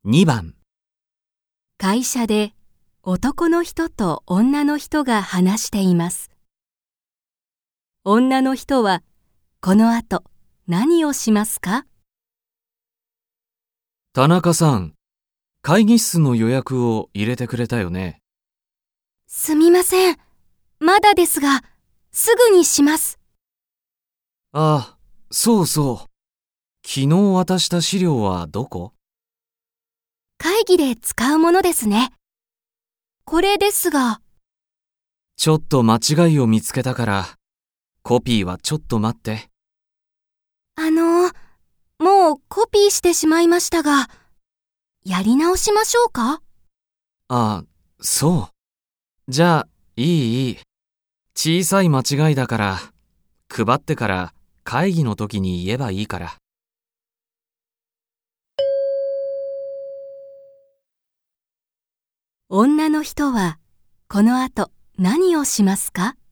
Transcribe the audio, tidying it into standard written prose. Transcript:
2番。 会社で男の人と女の人が話しています。女の人はこの後何をしますか？ 田中さん、会議室の予約を入れてくれたよね。 すみません。まだですが、すぐにします。 ああ、そうそう。昨日渡した資料はどこ？ 会議で使うものですね。これですが。 ちょっと間違いを見つけたから、コピーはちょっと待って。 もうコピーしてしまいましたが、やり直しましょうか？ ああ、そう。じゃあ、いい。小さい間違いだから、配ってから会議の時に言えばいいから。 女の人はこの後何をしますか？